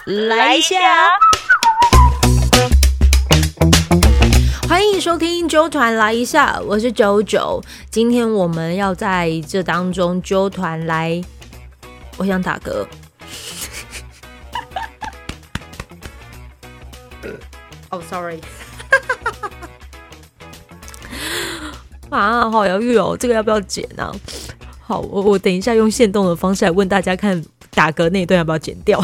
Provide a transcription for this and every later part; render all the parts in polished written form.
来一下。欢迎收听纠团来一下，我是九九。今天我们要在这当中纠团来，我想打嗝。哦，sorry。啊，好犹豫哦，这个要不要剪啊？好，我等一下用限动的方式来问大家，看打嗝那一段要不要剪掉。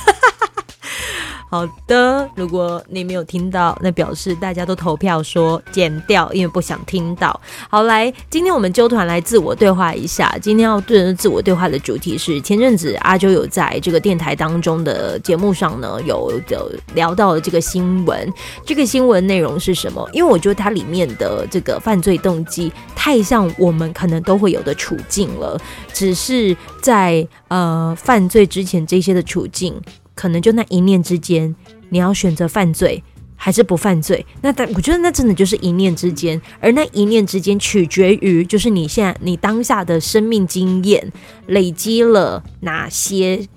好的，如果你没有听到，那表示大家都投票说剪掉，因为不想听到。好，来，今天我们纠团来自我对话一下。今天要对自我对话的主题是，前阵子阿啾有在这个电台当中的节目上呢，有聊到这个新闻。这个新闻内容是什么？因为我觉得它里面的这个犯罪动机太像我们可能都会有的处境了，只是在犯罪之前这些的处境。可能就那一念之间，你要选择犯罪还是不犯罪？那我觉得那真的就是一念之间，而那一念之间取决于就是你当下的生命经验累积了哪些，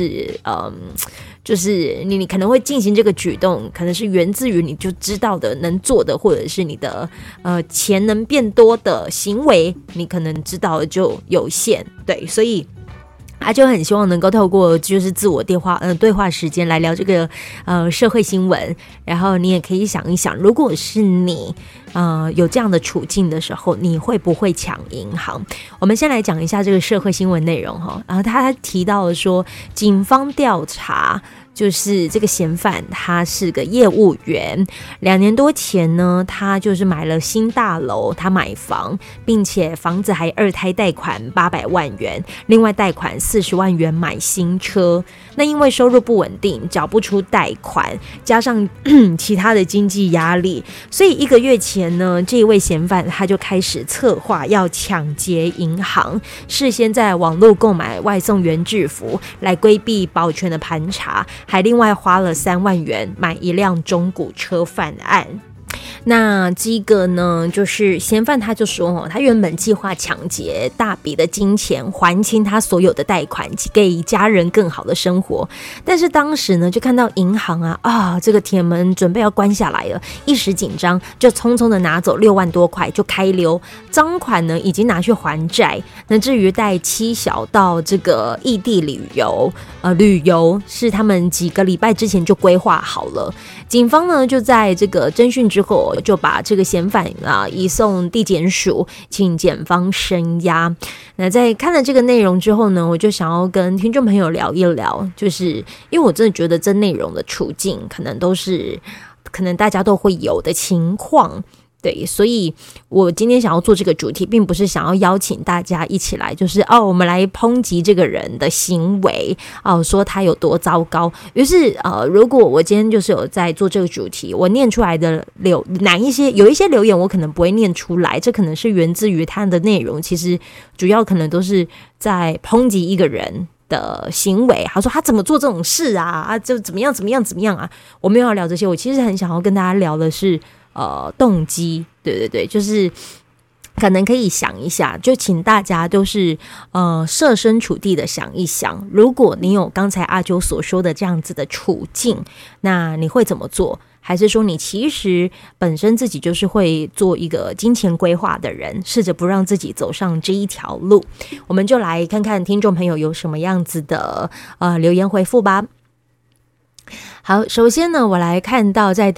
就是你可能会进行这个举动，可能是源自于你就知道的能做的，或者是你的钱能变多的行为，你可能知道的就有限，对，所以。他就很希望能够透过就是自我对话时间来聊这个社会新闻，然后你也可以想一想，如果是你有这样的处境的时候，你会不会抢银行？我们先来讲一下这个社会新闻内容哈。然后他提到了说，警方调查。就是这个嫌犯他是个业务员，2年多前呢，他就是买了新大楼，他买房，并且房子还2胎贷款800万元，另外贷款40万元买新车。那因为收入不稳定，缴不出贷款，加上其他的经济压力，所以1个月前呢，这一位嫌犯他就开始策划要抢劫银行，事先在网络购买外送员制服来规避保全的盘查。还另外花了3万元买一辆中古车犯案。那这个呢，就是嫌犯他就说他原本计划抢劫大笔的金钱，还清他所有的贷款，给家人更好的生活。但是当时呢，就看到银行这个铁门准备要关下来了，一时紧张，就匆匆的拿走6万多块就开溜，赃款呢已经拿去还债。那至于带妻小到这个异地旅游是他们几个礼拜之前就规划好了。警方呢就在这个侦讯之后，就把这个嫌犯移送地检署，请检方声押。那在看了这个内容之后呢，我就想要跟听众朋友聊一聊，就是因为我真的觉得这内容的处境可能大家都会有的情况。对，所以我今天想要做这个主题，并不是想要邀请大家一起来，就是我们来抨击这个人的行为说他有多糟糕。于是如果我今天就是有在做这个主题，我念出来的有一些留言我可能不会念出来，这可能是源自于他的内容，其实主要可能都是在抨击一个人的行为。他说他怎么做这种事就怎么样我没有要聊这些，我其实很想要跟大家聊的是动机。对，就是可能可以想一下，就请大家都是设身处地的想一想，如果你有刚才阿啾所说的这样子的处境，那你会怎么做？还是说你其实本身自己就是会做一个金钱规划的人，试着不让自己走上这一条路？我们就来看看听众朋友有什么样子的留言回复吧。好，首先呢，我来看到在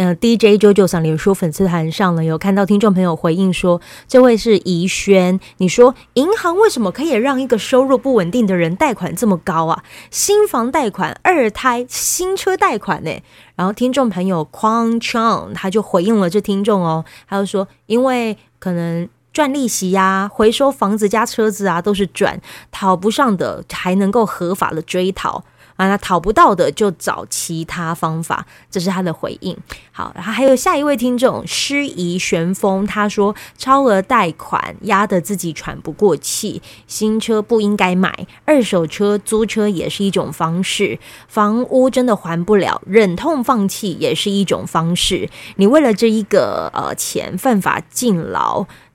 DJ 九上脸书粉丝团上呢，有看到听众朋友回应说，这位是怡轩，你说银行为什么可以让一个收入不稳定的人贷款这么高啊？新房贷款、2胎、新车贷款呢？然后听众朋友匡昌他就回应了这听众他就说，因为可能赚利息回收房子加车子都是赚，讨不上的还能够合法的追讨。那讨不到的就找其他方法，这是他的回应。好，然后还有下一位听众诗怡旋风，他说超额贷款压得自己喘不过气，新车不应该买，二手车租车也是一种方式，房屋真的还不了，忍痛放弃也是一种方式。你为了这一个钱犯法进牢，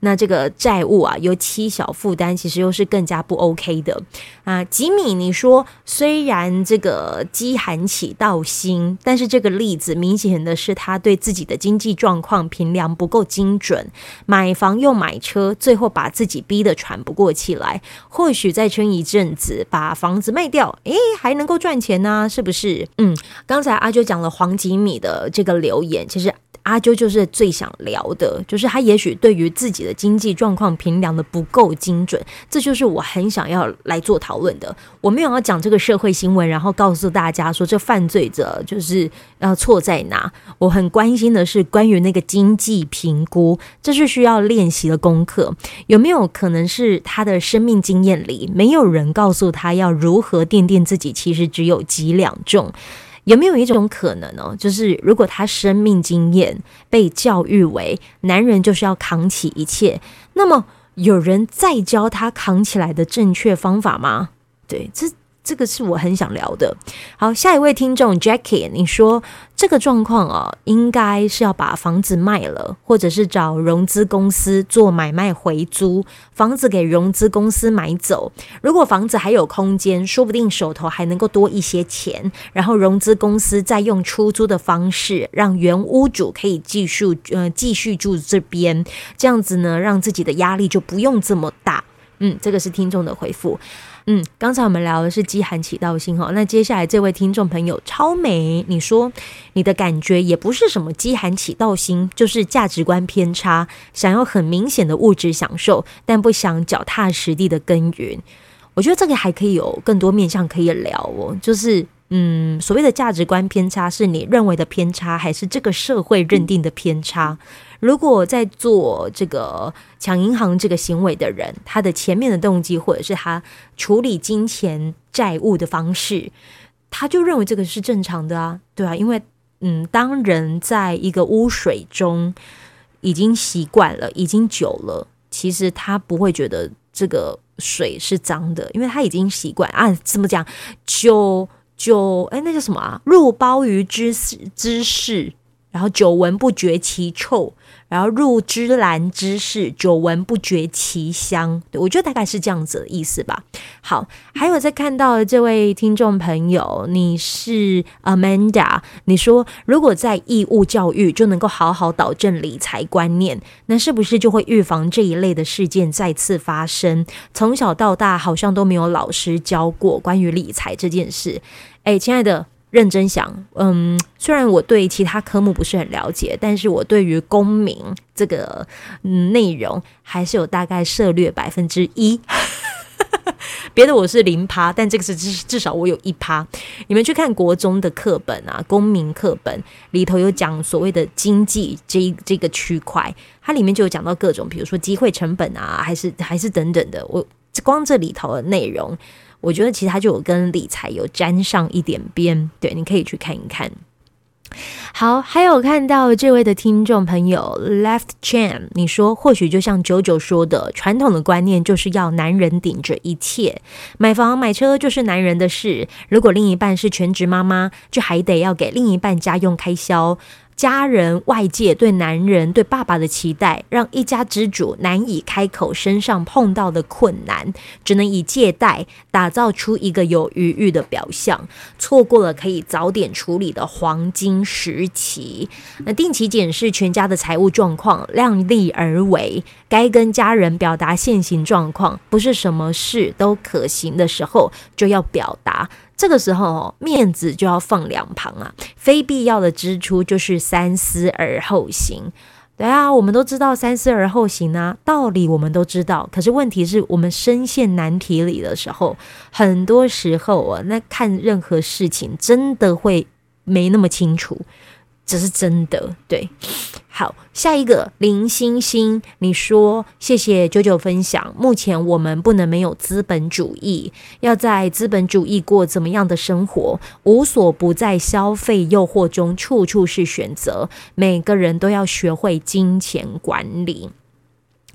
那这个债务啊由妻小负担，其实又是更加不 OK 的啊。吉米，你说虽然这个饥寒起盗心，但是这个例子明显的是他对自己的经济状况评量不够精准，买房又买车，最后把自己逼得喘不过气来。或许再撑一阵子，把房子卖掉，还能够赚钱呢，是不是？刚才阿啾讲了黄吉米的这个留言，其实阿啾就是最想聊的，就是他也许对于自己的经济状况评量的不够精准，这就是我很想要来做讨论的。我没有要讲这个社会新闻，然后告诉大家说这犯罪者就是错在哪。我很关心的是关于那个经济评估，这是需要练习的功课。有没有可能是他的生命经验里没有人告诉他要如何奠定自己其实只有几两重？有没有一种可能呢？就是如果他生命经验被教育为男人就是要扛起一切，那么有人再教他扛起来的正确方法吗？对，这个是我很想聊的。好，下一位听众 Jackie， 你说这个状况应该是要把房子卖了，或者是找融资公司做买卖回租，房子给融资公司买走。如果房子还有空间，说不定手头还能够多一些钱，然后融资公司再用出租的方式，让原屋主可以继续住这边，这样子呢，让自己的压力就不用这么大。这个是听众的回复。刚才我们聊的是饥寒起盗心那接下来这位听众朋友超美，你说你的感觉也不是什么饥寒起盗心，就是价值观偏差，想要很明显的物质享受，但不想脚踏实地的耕耘。我觉得这个还可以有更多面向可以聊就是所谓的价值观偏差，是你认为的偏差，还是这个社会认定的偏差？如果在做这个抢银行这个行为的人，他的前面的动机，或者是他处理金钱债务的方式，他就认为这个是正常的啊，对啊，因为当人在一个污水中已经习惯了，已经久了，其实他不会觉得这个水是脏的，因为他已经习惯啊。怎么讲？那叫什么啊？入鲍鱼之室，然后久闻不觉其臭，然后入芝兰之室，久闻不觉其香。对，我觉得大概是这样子的意思吧。好，还有在看到的这位听众朋友，你是 Amanda， 你说如果在义务教育就能够好好导正理财观念，那是不是就会预防这一类的事件再次发生？从小到大好像都没有老师教过关于理财这件事。亲爱的，认真想，虽然我对其他科目不是很了解，但是我对于公民这个内容还是有大概涉略1%，别的我是0%，但这个是至少我有1%。你们去看国中的课本啊，公民课本里头有讲所谓的经济这个区块，它里面就有讲到各种，比如说机会成本啊，还是等等的。我光这里头的内容，我觉得其实它就有跟理财有沾上一点边，对，你可以去看一看。好，还有看到这位的听众朋友 Left Chan， 你说或许就像九九说的，传统的观念就是要男人顶着一切，买房买车就是男人的事，如果另一半是全职妈妈，就还得要给另一半家用开销，家人外界对男人对爸爸的期待，让一家之主难以开口身上碰到的困难，只能以借贷打造出一个有余裕的表象，错过了可以早点处理的黄金时期。那定期检视全家的财务状况，量力而为，该跟家人表达现行状况，不是什么事都可行的时候就要表达，这个时候面子就要放两旁啊，非必要的支出就是三思而后行。对啊，我们都知道三思而后行啊，道理我们都知道，可是问题是我们深陷难题里的时候，很多时候那看任何事情真的会没那么清楚，这是真的。对，好，下一个林星星，你说谢谢九九分享，目前我们不能没有资本主义，要在资本主义过怎么样的生活，无所不在消费诱惑中，处处是选择，每个人都要学会金钱管理。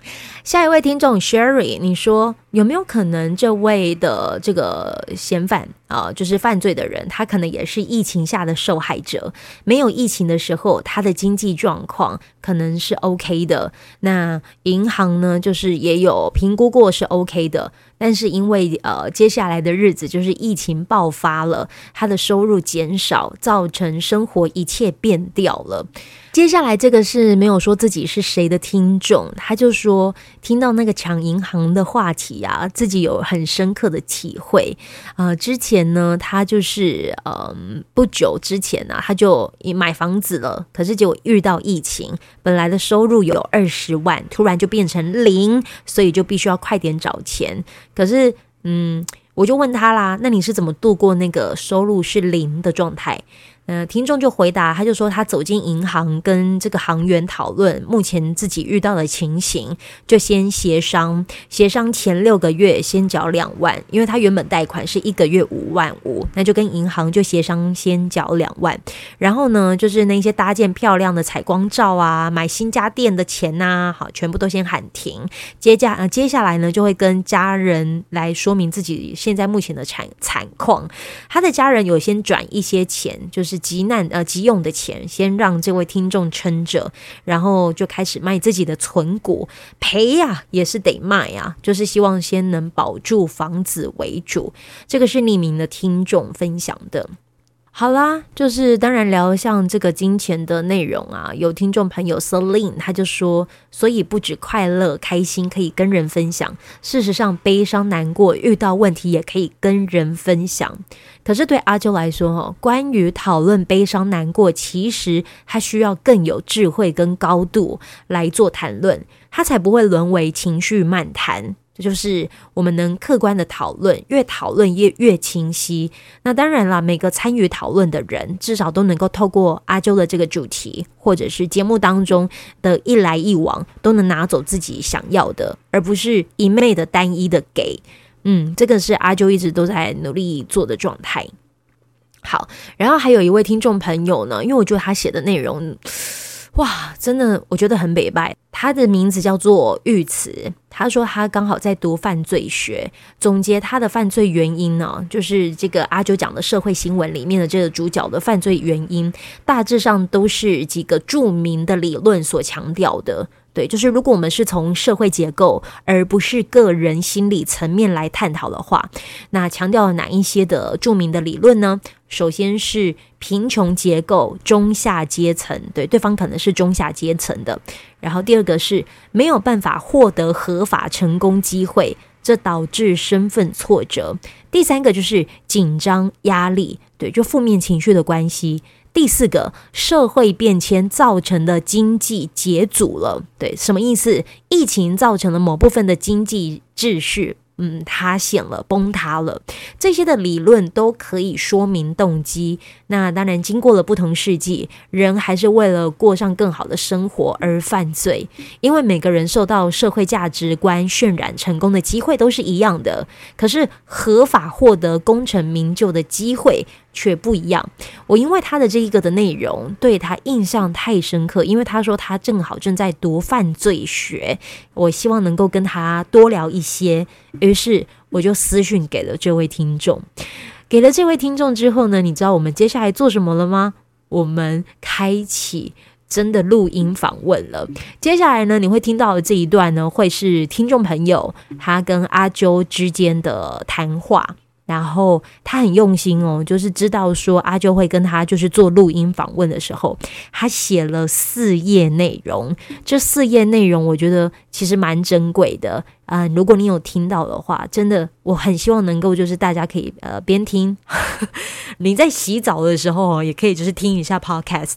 下一位听众 Sherry， 你说有没有可能这位的这个嫌犯就是犯罪的人，他可能也是疫情下的受害者？没有疫情的时候，他的经济状况可能是 OK 的，那银行呢，就是也有评估过是 OK 的，但是因为接下来的日子就是疫情爆发了，他的收入减少，造成生活一切变掉了。接下来这个是没有说自己是谁的听众，他就说听到那个抢银行的话题啊，自己有很深刻的体会。之前呢，他就是不久之前啊，他就买房子了，可是结果遇到疫情，本来的收入有20万，突然就变成0，所以就必须要快点找钱。可是我就问他啦，那你是怎么度过那个收入是0的状态？听众就回答，他就说他走进银行跟这个行员讨论目前自己遇到的情形，就先协商前6个月先缴2万，因为他原本贷款是1个月5万5，那就跟银行就协商先缴2万，然后呢就是那些搭建漂亮的采光照啊，买新家电的钱啊，好，全部都先喊停。接下来呢就会跟家人来说明自己现在目前的惨况，他的家人有先转一些钱，就是急用的钱，先让这位听众撑着，然后就开始卖自己的存股，赔呀也是得卖啊，就是希望先能保住房子为主。这个是匿名的听众分享的。好啦，就是当然聊像这个金钱的内容啊，有听众朋友 Celine 他就说，所以不止快乐开心可以跟人分享，事实上悲伤难过遇到问题也可以跟人分享。可是对阿啾来说，关于讨论悲伤难过，其实他需要更有智慧跟高度来做谈论，他才不会沦为情绪漫谈。这就是我们能客观的讨论，越讨论越清晰。那当然啦，每个参与讨论的人至少都能够透过阿啾的这个主题或者是节目当中的一来一往，都能拿走自己想要的，而不是一昧的单一的给。这个是阿啾一直都在努力做的状态。好，然后还有一位听众朋友呢，因为我觉得他写的内容哇，真的我觉得很北拜。他的名字叫做玉慈，他说他刚好在读犯罪学，总结他的犯罪原因呢，就是这个阿啾讲的社会新闻里面的这个主角的犯罪原因，大致上都是几个著名的理论所强调的。对，就是如果我们是从社会结构而不是个人心理层面来探讨的话，那强调了哪一些的著名的理论呢？首先是贫穷结构中下阶层，对方可能是中下阶层的。然后第二个是没有办法获得合法成功机会，这导致身份挫折。第三个就是紧张压力，对，就负面情绪的关系。第四个，社会变迁造成的经济解组了。对，什么意思？疫情造成了某部分的经济秩序塌陷了，崩塌了，这些的理论都可以说明动机。那当然经过了不同世纪，人还是为了过上更好的生活而犯罪，因为每个人受到社会价值观渲染成功的机会都是一样的，可是合法获得功成名就的机会却不一样。我因为他的这一个的内容对他印象太深刻，因为他说他正好正在读犯罪学，我希望能够跟他多聊一些，于是我就私讯给了这位听众。给了这位听众之后呢，你知道我们接下来做什么了吗？我们开启真的录音访问了。接下来呢，你会听到的这一段呢，会是听众朋友他跟阿啾之间的谈话。然后他很用心哦，就是知道说阿啾会跟他就是做录音访问的时候，他写了4页内容。这4页内容我觉得其实蛮珍贵的如果你有听到的话，真的我很希望能够就是大家可以边听你在洗澡的时候也可以就是听一下 podcast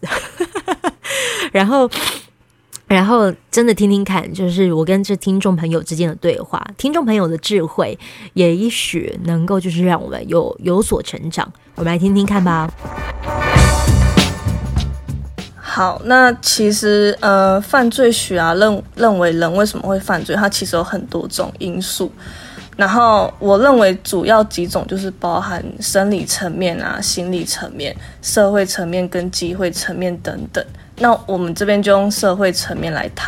然后真的听听看，就是我跟这听众朋友之间的对话，听众朋友的智慧也也许能够就是让我们有所成长。我们来听听看吧。 好，那其实犯罪学啊认为人为什么会犯罪，它其实有很多种因素。然后我认为主要几种就是包含生理层面啊、心理层面、社会层面跟机会层面等等。那我们这边就用社会层面来探讨。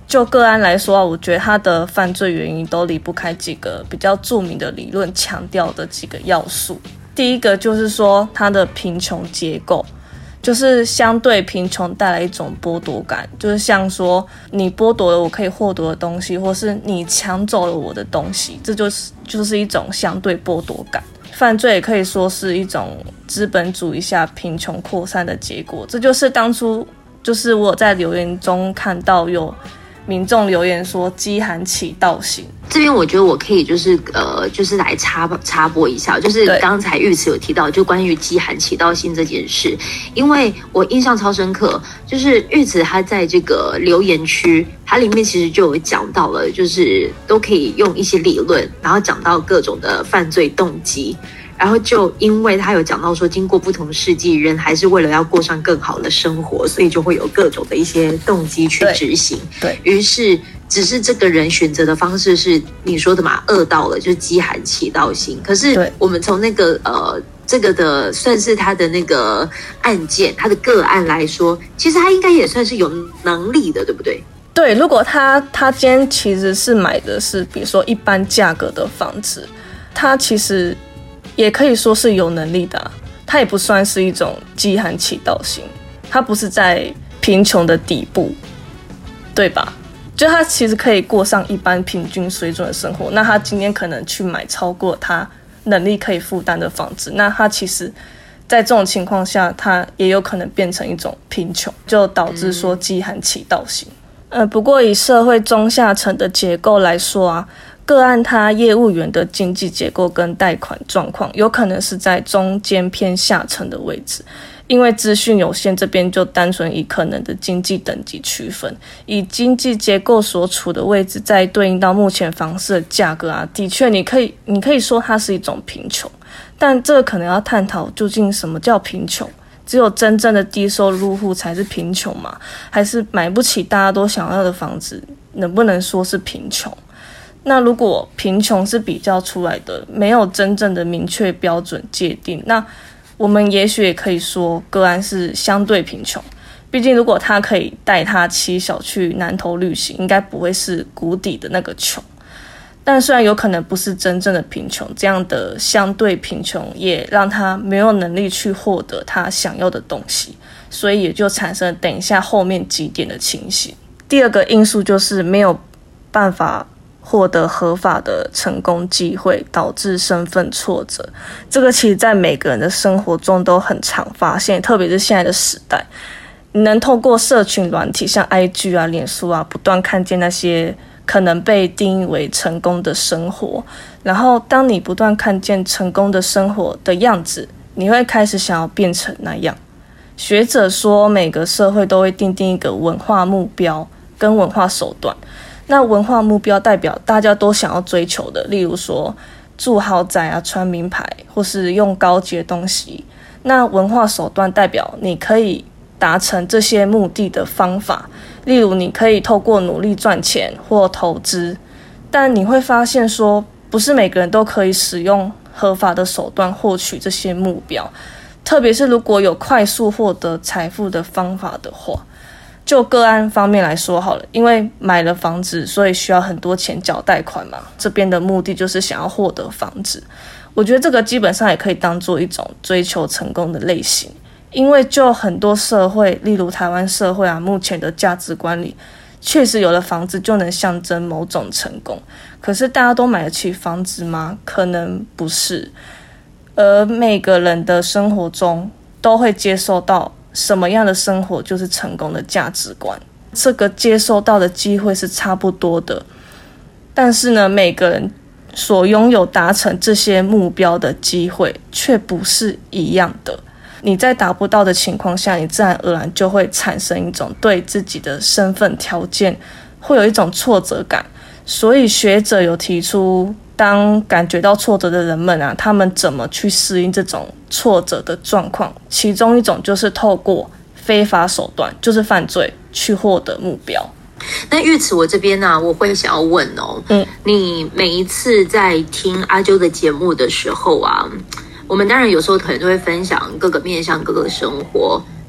就个案来说啊，我觉得他的犯罪原因都离不开几个比较著名的理论强调的几个要素。第一个就是说他的贫穷结构，就是相对贫穷带来一种剥夺感，就是像说你剥夺了我可以获得的东西，或是你抢走了我的东西，这就是一种相对剥夺感。犯罪也可以说是一种资本主义下贫穷扩散的结果，这就是当初就是我有在留言中看到有民众留言说饥寒起盗心。 这边我觉得我可以就是来插播一下，就是刚才玉慈有提到就关于饥寒起盗心这件事，因为我印象超深刻，就是玉慈他在这个留言区，它里面其实就有讲到了，就是都可以用一些理论，然后讲到各种的犯罪动机。然后就因为他有讲到说，经过不同世纪，人还是为了要过上更好的生活，所以就会有各种的一些动机去执行。 对， 于是只是这个人选择的方式是你说的嘛，恶到了就是饥寒起盗心。可是我们从那个这个的算是他的那个案件，他的个案来说，其实他应该也算是有能力的，对不对？ 对，如果他今天其实是买的是比如说一般价格的房子，他其实也可以说是有能力的他也不算是一种饥寒起盗心，他不是在贫穷的底部，对吧？就他其实可以过上一般平均水准的生活，那他今天可能去买超过他能力可以负担的房子，那他其实在这种情况下，他也有可能变成一种贫穷，就导致说饥寒起盗心。不过以社会中下层的结构来说啊，个案他业务员的经济结构跟贷款状况有可能是在中间偏下层的位置，因为资讯有限，这边就单纯以可能的经济等级区分，以经济结构所处的位置再对应到目前房市的价格啊，的确你可以说它是一种贫穷，但这个可能要探讨究竟什么叫贫穷，只有真正的低收入户才是贫穷吗？还是买不起大家都想要的房子能不能说是贫穷？那如果贫穷是比较出来的，没有真正的明确标准界定，那我们也许也可以说个案是相对贫穷。毕竟如果他可以带他妻小去南投旅行，应该不会是谷底的那个穷。但虽然有可能不是真正的贫穷，这样的相对贫穷也让他没有能力去获得他想要的东西，所以也就产生了等一下后面几点的情形。第二个因素就是没有办法获得合法的成功机会，导致身份挫折。这个其实在每个人的生活中都很常发现，特别是现在的时代，你能透过社群软体像 IG 啊、脸书啊，不断看见那些可能被定义为成功的生活，然后当你不断看见成功的生活的样子，你会开始想要变成那样。学者说，每个社会都会订定一个文化目标跟文化手段，那文化目标代表大家都想要追求的，例如说住豪宅啊、穿名牌或是用高级的东西。那文化手段代表你可以达成这些目的的方法，例如你可以透过努力赚钱或投资。但你会发现说，不是每个人都可以使用合法的手段获取这些目标，特别是如果有快速获得财富的方法的话。就个案方面来说好了，因为买了房子，所以需要很多钱缴贷款嘛，这边的目的就是想要获得房子。我觉得这个基本上也可以当做一种追求成功的类型，因为就很多社会，例如台湾社会啊，目前的价值观里，确实有了房子就能象征某种成功。可是大家都买得起房子吗？可能不是。而每个人的生活中都会接受到什么样的生活就是成功的价值观，这个接受到的机会是差不多的，但是呢，每个人所拥有达成这些目标的机会却不是一样的。你在达不到的情况下，你自然而然就会产生一种对自己的身份条件会有一种挫折感。所以学者有提出，当感觉到挫折的人们啊，他们怎么去适应这种挫折的状况？其中一种就是透过非法手段，就是犯罪去获得目标。 那玉慈，我这边呢，我会想要问哦，你每一次在听阿啾的节目的时候啊，我们当然有时候可能就会分享各个面向、各个生活。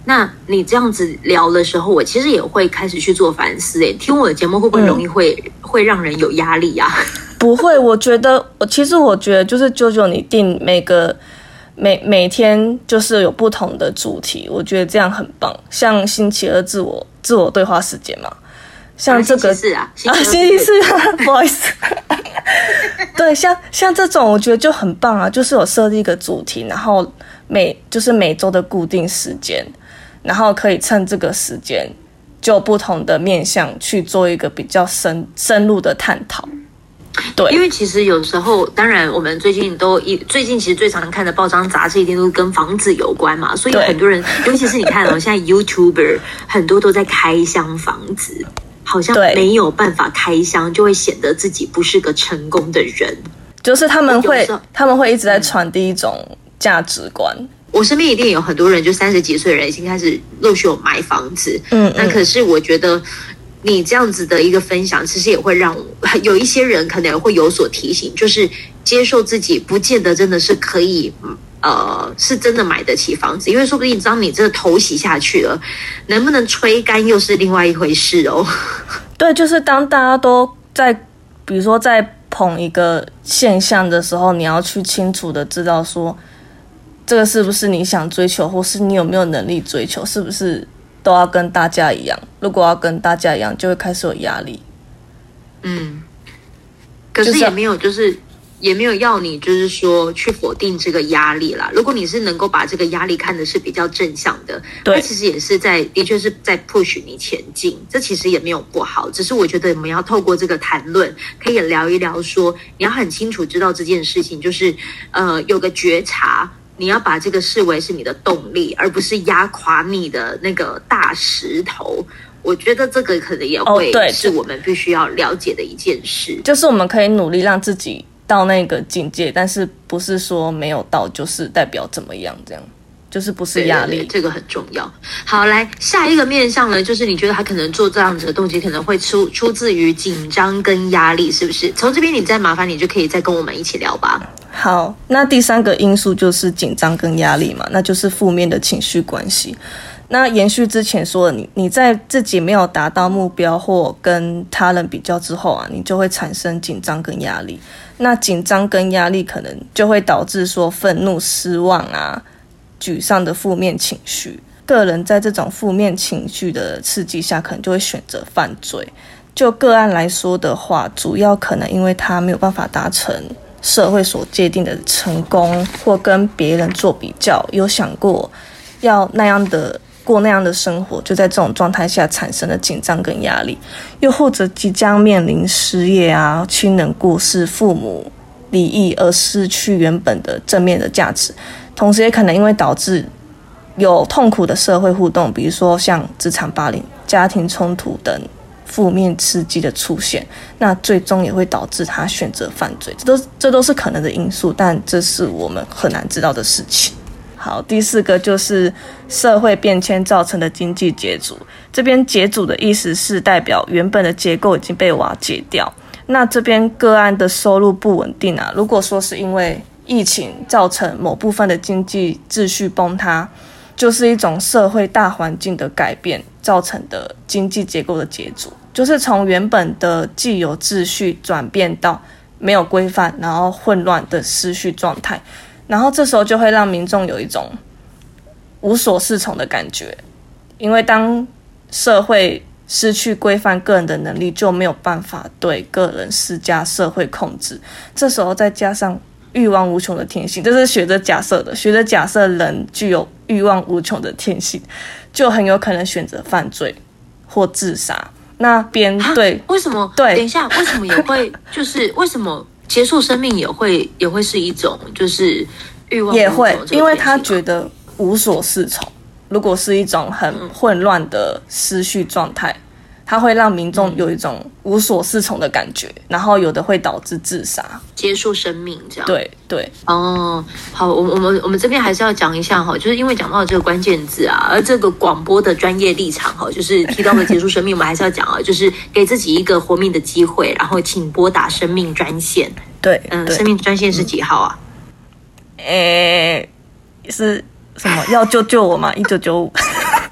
那你这样子聊的时候，我其实也会开始去做反思。听我的节目会不会容易会让人有压力啊？ 不会，我觉得就是啾你定每天就是有不同的主题，我觉得这样很棒。像星期二自我对话时间嘛，像这个星期四不好意思。对，像这种我觉得就很棒啊，就是有设立一个主题，然后每周的固定时间，然后可以趁这个时间就不同的面向去做一个比较深入的探讨。对， 因为其实有时候，当然我们最近其实最常看的报章杂志一定都跟房子有关嘛，所以很多人，尤其是你看现在 YouTuber 很多都在开箱房子，好像没有办法开箱，就会显得自己不是个成功的人。 就是他们会一直在传递一种价值观。 我身边一定有很多人，就30几岁的人已经开始陆续有买房子。那可是我觉得你这样子的一个分享，其实也会让有一些人可能会有所提醒，就是接受自己不见得真的是可以是真的买得起房子，因为说不定当你这个头洗下去了，能不能吹干又是另外一回事哦。 对，就是当大家都在比如说在捧一个现象的时候，你要去清楚的知道说这个是不是你想追求，或是你有没有能力追求，是不是都要跟大家一样。如果要跟大家一样，就会开始有压力。 可是也没有也没有要你就是说去否定这个压力啦。如果你是能够把这个压力看的是比较正向的，它其实也是的确是在 push 你前进，这其实也没有不好。只是我觉得我们要透过这个谈论，可以聊一聊说，你要很清楚知道这件事情，就是有个觉察，你要把这个视为是你的动力，而不是压垮你的那个大石头。我觉得这个可能也会是我们必须要了解的一件事， 就是我们可以努力让自己到那个境界，但是不是说没有到就是代表怎么样，这样就是不是压力。 对，这个很重要。好，来下一个面向呢，就是你觉得他可能做这样子的动机可能会出自于紧张跟压力，是不是？从这边你再麻烦你就可以再跟我们一起聊吧。 好，那第三个因素就是紧张跟压力嘛，那就是负面的情绪关系。那延续之前说的，你在自己没有达到目标或跟他人比较之后啊，你就会产生紧张跟压力。那紧张跟压力可能就会导致说愤怒、失望啊、沮丧的负面情绪。个人在这种负面情绪的刺激下，可能就会选择犯罪。就个案来说的话，主要可能因为他没有办法达成社会所界定的成功，或跟别人做比较，有想过要过那样的生活，就在这种状态下产生了紧张跟压力。又或者即将面临失业啊、亲人过世、父母离异而失去原本的正面的价值，同时也可能因为导致有痛苦的社会互动，比如说像职场霸凌、家庭冲突等负面刺激的出现，那最终也会导致他选择犯罪。这都是可能的因素，但这是我们很难知道的事情。好，第四个就是社会变迁造成的经济解组。这边解组的意思是代表原本的结构已经被瓦解掉。那这边个案的收入不稳定啊，如果说是因为疫情造成某部分的经济秩序崩塌，就是一种社会大环境的改变造成的经济结构的解组，就是从原本的既有秩序转变到没有规范，然后混乱的失序状态。然后这时候就会让民众有一种无所适从的感觉，因为当社会失去规范个人的能力，就没有办法对个人施加社会控制。这时候再加上欲望无穷的天性，这是学者假设的，学者假设人具有欲望无穷的天性，就很有可能选择犯罪或自杀。那边对为什么？ 对， 等一下，为什么也会就是为什么？结束生命也会是一种就是欲望， 也会，因为他觉得无所适从。如果是一种很混乱的失序状态，它会让民众有一种无所适从的感觉，然后有的会导致自杀、 结束生命这样。 对对。 哦，好，我们这边还是要讲一下哈，就是因为讲到这个关键字啊，而这个广播的专业立场哈，就是提到的结束生命，我们还是要讲啊，就是给自己一个活命的机会，然后请拨打生命专线。 对， 生命专线是几号啊？ 是什么？要救我吗？1995。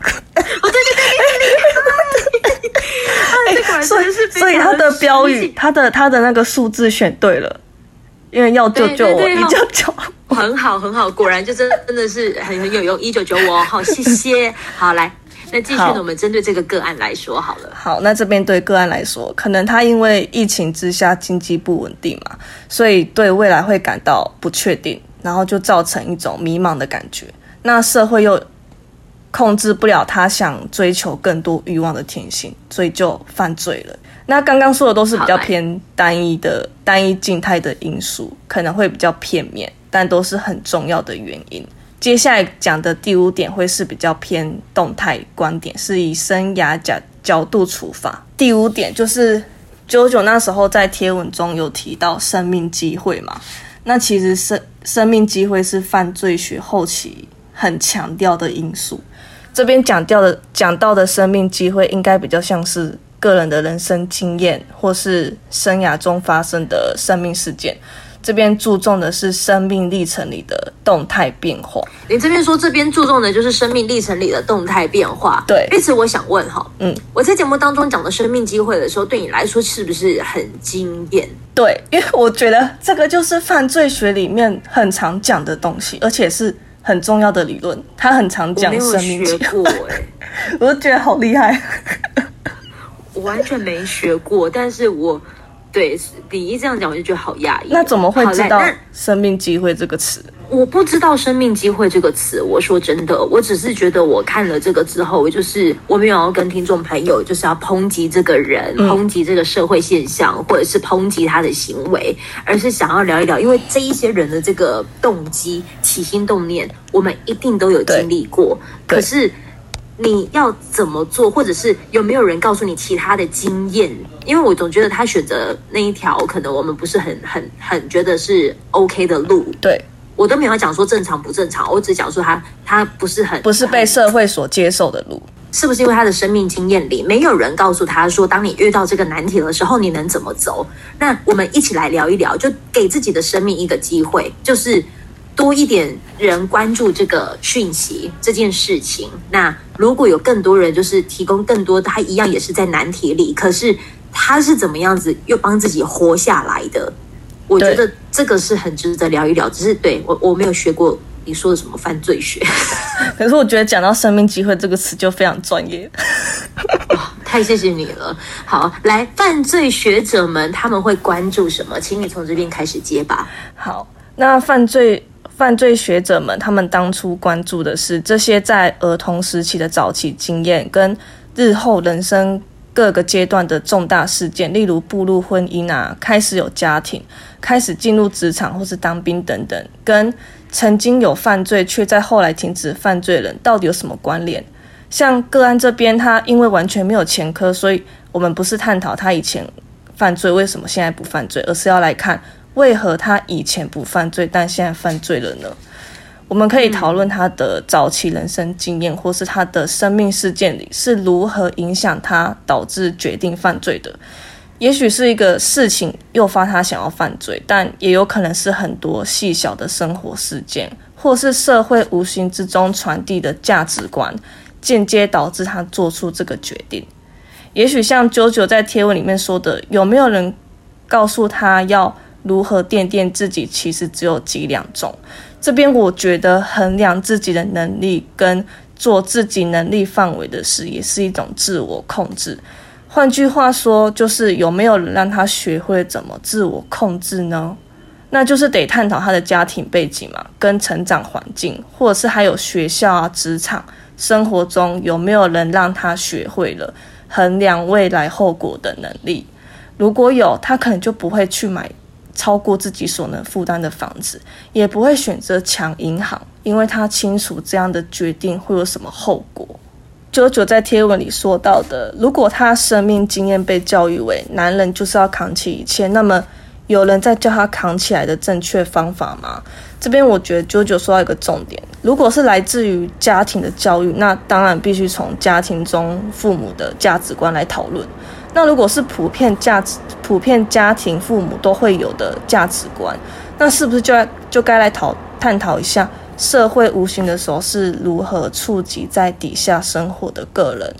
所以他的标语，他的那个数字选对了，因为要救救我，1995， 很好很好，果然就真的是很有用，1995哦，好，谢谢，好来。那继续呢，我们针对这个个案来说好了。 好，那这边对个案来说，可能他因为疫情之下经济不稳定嘛，所以对未来会感到不确定，然后就造成一种迷茫的感觉。那社会又控制不了他想追求更多欲望的天性，所以就犯罪了。那刚刚说的都是比较偏单一静态的因素，可能会比较片面，但都是很重要的原因。接下来讲的第5点会是比较偏动态观点，是以生涯角度出发。第5点就是JoJo那时候在贴文中有提到生命机会嘛，那其实生命机会是犯罪学后期很强调的因素。这边讲到的生命机会应该比较像是个人的人生经验，或是生涯中发生的生命事件。这边注重的是生命历程里的动态变化。 你这边说这边注重的就是生命历程里的动态变化。 对， 因此我想问哈，我在节目当中讲的生命机会的时候，对你来说是不是很惊艳？ 对，因为我觉得这个就是犯罪学里面很常讲的东西，而且是很重要的理论。他很常讲生命机会，我就觉得好厉害。 我完全没学过，但是对你一这样讲，我就觉得好讶异。 那怎么会知道生命机会这个词？ 我不知道生命机会这个词。我说真的，我只是觉得我看了这个之后，我没有要跟听众朋友就是要抨击这个人，抨击这个社会现象，或者是抨击他的行为，而是想要聊一聊，因为这一些人的这个动机、起心动念，我们一定都有经历过。可是你要怎么做，或者是有没有人告诉你其他的经验？因为我总觉得他选择那一条可能我们不是很觉得是 OK 的路。 对， 我都没有讲说正常不正常，我只讲说他不是被社会所接受的路。 是不是因为他的生命经验里没有人告诉他说，当你遇到这个难题的时候你能怎么走？那我们一起来聊一聊，就给自己的生命一个机会，就是多一点人关注这个讯息这件事情。那如果有更多人就是提供更多，他一样也是在难题里，可是他是怎么样子又帮自己活下来的？我觉得这个是很值得聊一聊。只是对我没有学过你说的什么犯罪学， 可是我觉得讲到生命机会这个词就非常专业。 太谢谢你了。好，来，犯罪学者们他们会关注什么？请你从这边开始接吧。 好，那犯罪学者们他们当初关注的是这些在儿童时期的早期经验跟日后人生各个阶段的重大事件，例如步入婚姻啊，开始有家庭，开始进入职场或是当兵等等，跟曾经有犯罪却在后来停止犯罪的人到底有什么关联。像个案这边他因为完全没有前科，所以我们不是探讨他以前犯罪为什么现在不犯罪，而是要来看为何他以前不犯罪但现在犯罪了呢？我们可以讨论他的早期人生经验，或是他的生命事件里是如何影响他导致决定犯罪的。也许是一个事情诱发他想要犯罪，但也有可能是很多细小的生活事件，或是社会无形之中传递的价值观，间接导致他做出这个决定。也许像JoJo在贴文里面说的，有没有人告诉他要如何奠自己，其实只有几两重。这边我觉得衡量自己的能力跟做自己能力范围的事，也是一种自我控制。换句话说，就是有没有人让他学会怎么自我控制呢？那就是得探讨他的家庭背景嘛，跟成长环境，或者是还有学校啊、职场、生活中有没有人让他学会了衡量未来后果的能力。如果有，他可能就不会去买超过自己所能负担的房子，也不会选择抢银行，因为他清楚这样的决定会有什么后果。JoJo在贴文里说到的，如果他生命经验被教育为男人就是要扛起一切，那么有人在教他扛起来的正确方法吗？这边我觉得JoJo说到一个重点，如果是来自于家庭的教育，那当然必须从家庭中父母的价值观来讨论。那如果是普遍家庭父母都会有的价值观，那是不是就该来探讨一下社会无形的手是如何触及在底下生活的个人？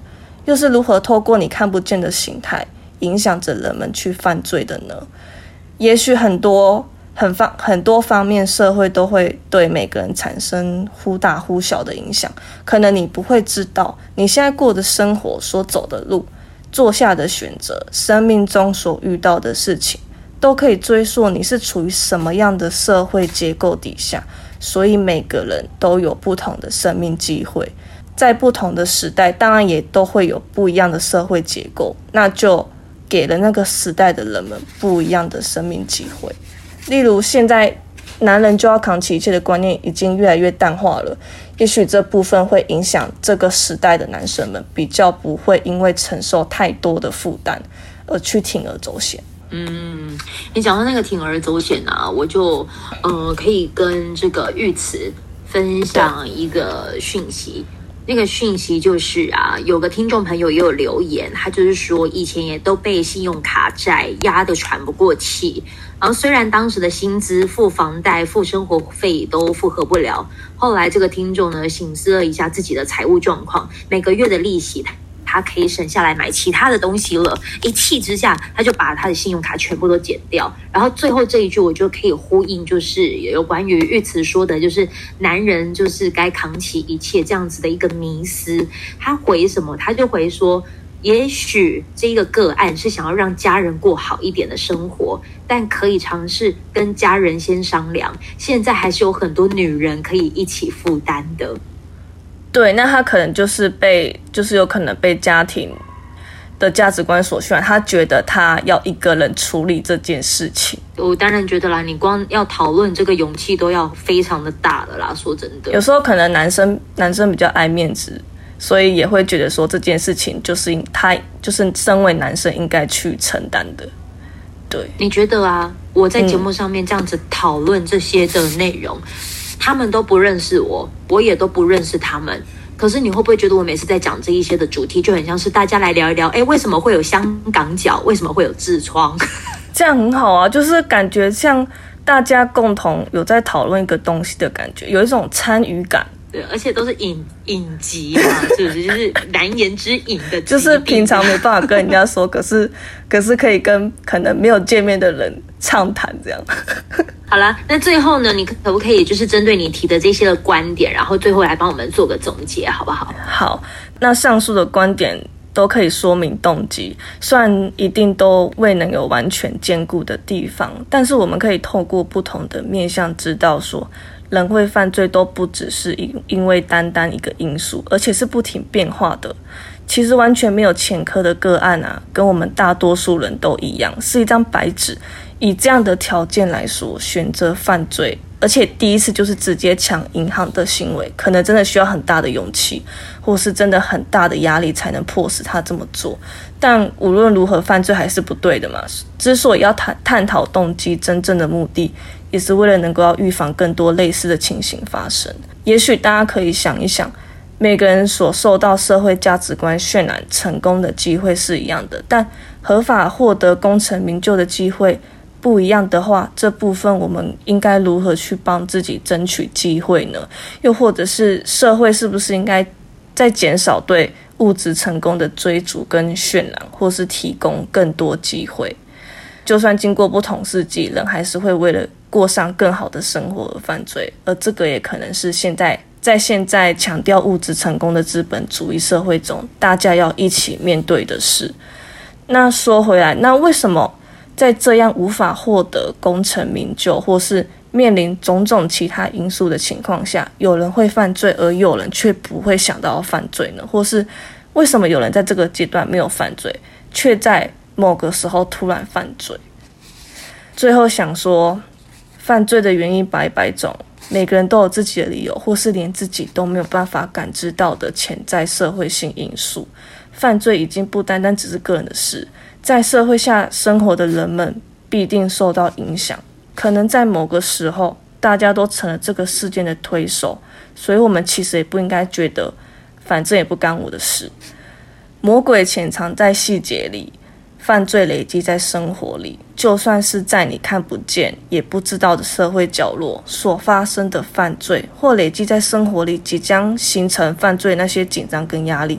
又是如何透过你看不见的形态影响着人们去犯罪的呢？也许很多方面社会都会对每个人产生忽大忽小的影响，可能你不会知道你现在过的生活所走的路，做下的选择，生命中所遇到的事情，都可以追溯你是处于什么样的社会结构底下。所以每个人都有不同的生命机会，在不同的时代当然也都会有不一样的社会结构，那就给了那个时代的人们不一样的生命机会。例如现在男人就要扛起一切的观念已经越来越淡化了，也许这部分会影响这个时代的男生们比较不会因为承受太多的负担而去铤而走险。 你讲到那个铤而走险啊，我就可以跟这个玉慈分享一个讯息。那个讯息就是啊，有个听众朋友也有留言，他就是说以前也都被信用卡债压得喘不过气，然后虽然当时的薪资付房贷付生活费都负荷不了，后来这个听众呢省思了一下自己的财务状况，每个月的利息他可以省下来买其他的东西了，一气之下他就把他的信用卡全部都减掉。然后最后这一句我就可以呼应，就是有关于玉慈说的，就是男人就是该扛起一切这样子的一个迷思。他回什么？他就回说，也许这个个案是想要让家人过好一点的生活，但可以尝试跟家人先商量，现在还是有很多女人可以一起负担的。 对，那他可能就是有可能被家庭的价值观所渲染，他觉得他要一个人处理这件事情。 我当然觉得啦，你光要讨论这个勇气都要非常的大了啦，说真的。 有时候可能男生比较爱面子，所以也会觉得说这件事情就是他就是身为男生应该去承担的。对， 你觉得啊，我在节目上面这样子讨论这些的内容，他们都不认识我，我也都不认识他们。可是你会不会觉得我每次在讲这一些的主题，就很像是大家来聊一聊，为什么会有香港脚？为什么会有痔疮？ 这样很好啊，就是感觉像大家共同有在讨论一个东西的感觉，有一种参与感。 对，而且都是影集嘛，是不是？就是难言之隐的， 就是平常没办法跟人家说，可是可以跟可能没有见面的人畅谈这样。 好啦，那最后呢，你可不可以就是针对你提的这些的观点，然后最后来帮我们做个总结，好不好？ 好，那上述的观点都可以说明动机，虽然一定都未能有完全兼顾的地方，但是我们可以透过不同的面向知道说，人会犯罪都不只是因为单一个因素，而且是不停变化的。其实完全没有前科的个案啊，跟我们大多数人都一样，是一张白纸。以这样的条件来说，选择犯罪，而且第一次就是直接抢银行的行为，可能真的需要很大的勇气，或是真的很大的压力才能迫使他这么做。但无论如何，犯罪还是不对的嘛。之所以要探讨动机，真正的目的也是为了能够要预防更多类似的情形发生。也许大家可以想一想，每个人所受到社会价值观渲染成功的机会是一样的，但合法获得功成名就的机会不一样的话，这部分我们应该如何去帮自己争取机会呢？又或者是社会是不是应该再减少对物质成功的追逐跟渲染，或是提供更多机会？就算经过不同世纪，人还是会为了过上更好的生活而犯罪，而这个也可能是现在强调物质成功的资本主义社会中大家要一起面对的事。那说回来，那为什么在这样无法获得功成名就，或是面临种种其他因素的情况下，有人会犯罪，而有人却不会想到要犯罪呢？或是为什么有人在这个阶段没有犯罪，却在某个时候突然犯罪？最后想说，犯罪的原因百种，每个人都有自己的理由，或是连自己都没有办法感知到的潜在社会性因素。犯罪已经不单单只是个人的事，在社会下生活的人们必定受到影响，可能在某个时候大家都成了这个事件的推手，所以我们其实也不应该觉得反正也不干我的事。魔鬼潜藏在细节里，犯罪累积在生活里，就算是在你看不见也不知道的社会角落所发生的犯罪，或累积在生活里即将形成犯罪那些紧张跟压力，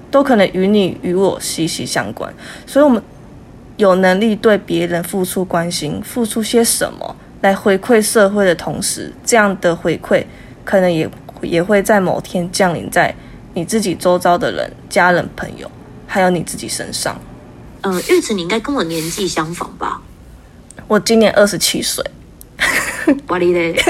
都可能与你与我息息相关。所以我们有能力对别人付出关心，付出些什么来回馈社会的同时，这样的回馈可能也会在某天降临在你自己周遭的人、家人、朋友，还有你自己身上。 玉子，你应该跟我年纪相仿吧？ 我今年27岁。 哇哩嘞！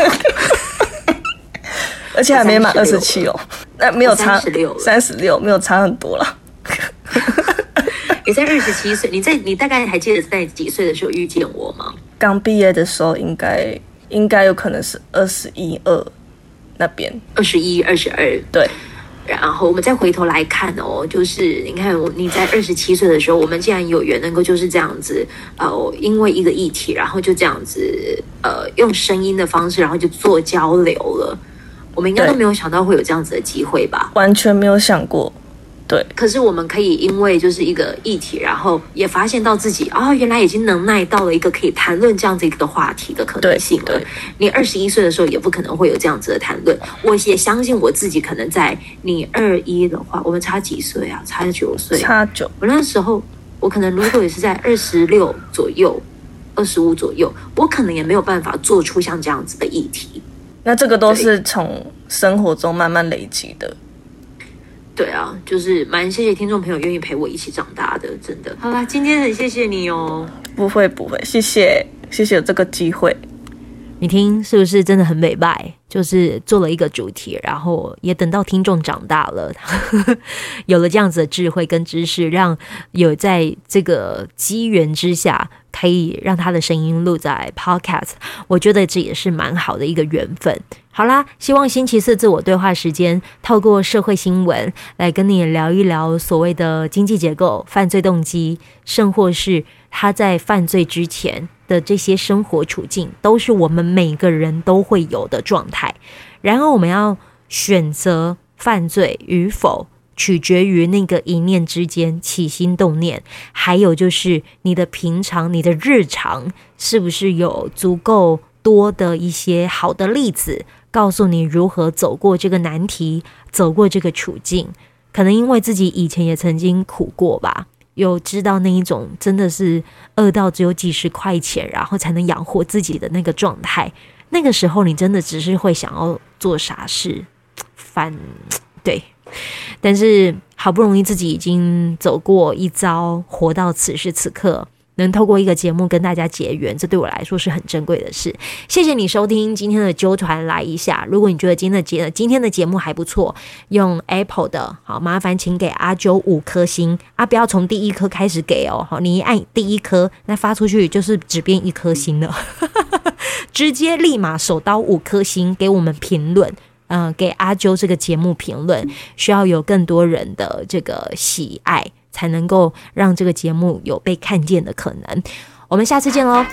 而且还没满27哦，那没有差 36， 没有差很多啦。 你在27岁，你大概还记得在几岁的时候遇见我吗？ 刚毕业的时候应该有可能是21、2那边 ，21、22， 对。 然后我们再回头来看哦，就是你看你在27岁的时候，我们竟然有缘能够就是这样子，因为一个议题，然后就这样子，用声音的方式，然后就做交流了。我们应该都没有想到会有这样子的机会吧？ 完全没有想过。对， 可是我们可以因为就是一个议题，然后也发现到自己原来已经能耐到了一个可以谈论这样子一个话题的可能性了。你21岁的时候也不可能会有这样子的谈论。我也相信我自己，可能在你21的话，我们差几岁啊？差9岁， 差9。 我那时候，我可能如果也是在26左右、25左右，我可能也没有办法做出像这样子的议题。 那这个都是从生活中慢慢累积的。 对啊，就是蛮谢谢听众朋友愿意陪我一起长大的，真的。好啦，今天很谢谢你哦。 不会，谢谢有这个机会。 你听是不是真的很美拜？就是做了一个主题，然后也等到听众长大了，有了这样子的智慧跟知识，让有在这个机缘之下，可以让他的声音录在 podcast， 我觉得这也是蛮好的一个缘分。好啦，希望星期四自我对话时间，透过社会新闻来跟你聊一聊所谓的经济结构、犯罪动机，甚或是他在犯罪之前的这些生活处境，都是我们每个人都会有的状态。然而我们要选择犯罪与否，取决于那个一念之间起心动念，还有就是你的平常、你的日常是不是有足够多的一些好的例子，告诉你如何走过这个难题，走过这个处境。可能因为自己以前也曾经苦过吧，有知道那一种真的是饿到只有几十块钱，然后才能养活自己的那个状态。那个时候你真的只是会想要做傻事，对。但是好不容易自己已经走过一遭，活到此时此刻，能透过一个节目跟大家结缘，这对我来说是很珍贵的事。谢谢你收听今天的揪团来一下。如果你觉得今天的节目还不错，用 Apple 的，好，麻烦请给阿揪5颗星啊，不要从第1颗开始给哦，好，你一按第1颗，那发出去就是只变1颗星了，直接立马手刀5颗星给我们评论。给阿揪这个节目评论，需要有更多人的这个喜爱，才能够让这个节目有被看见的可能。我们下次见咯。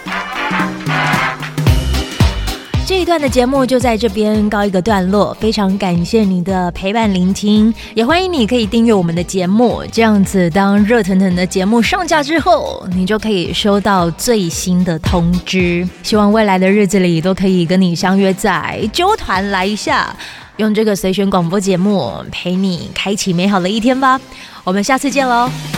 这一段的节目就在这边告一个段落，非常感谢你的陪伴聆听，也欢迎你可以订阅我们的节目，这样子当热腾腾的节目上架之后，你就可以收到最新的通知。希望未来的日子里都可以跟你相约在揪团来一下，用这个随选广播节目陪你开启美好的一天吧。我们下次见咯。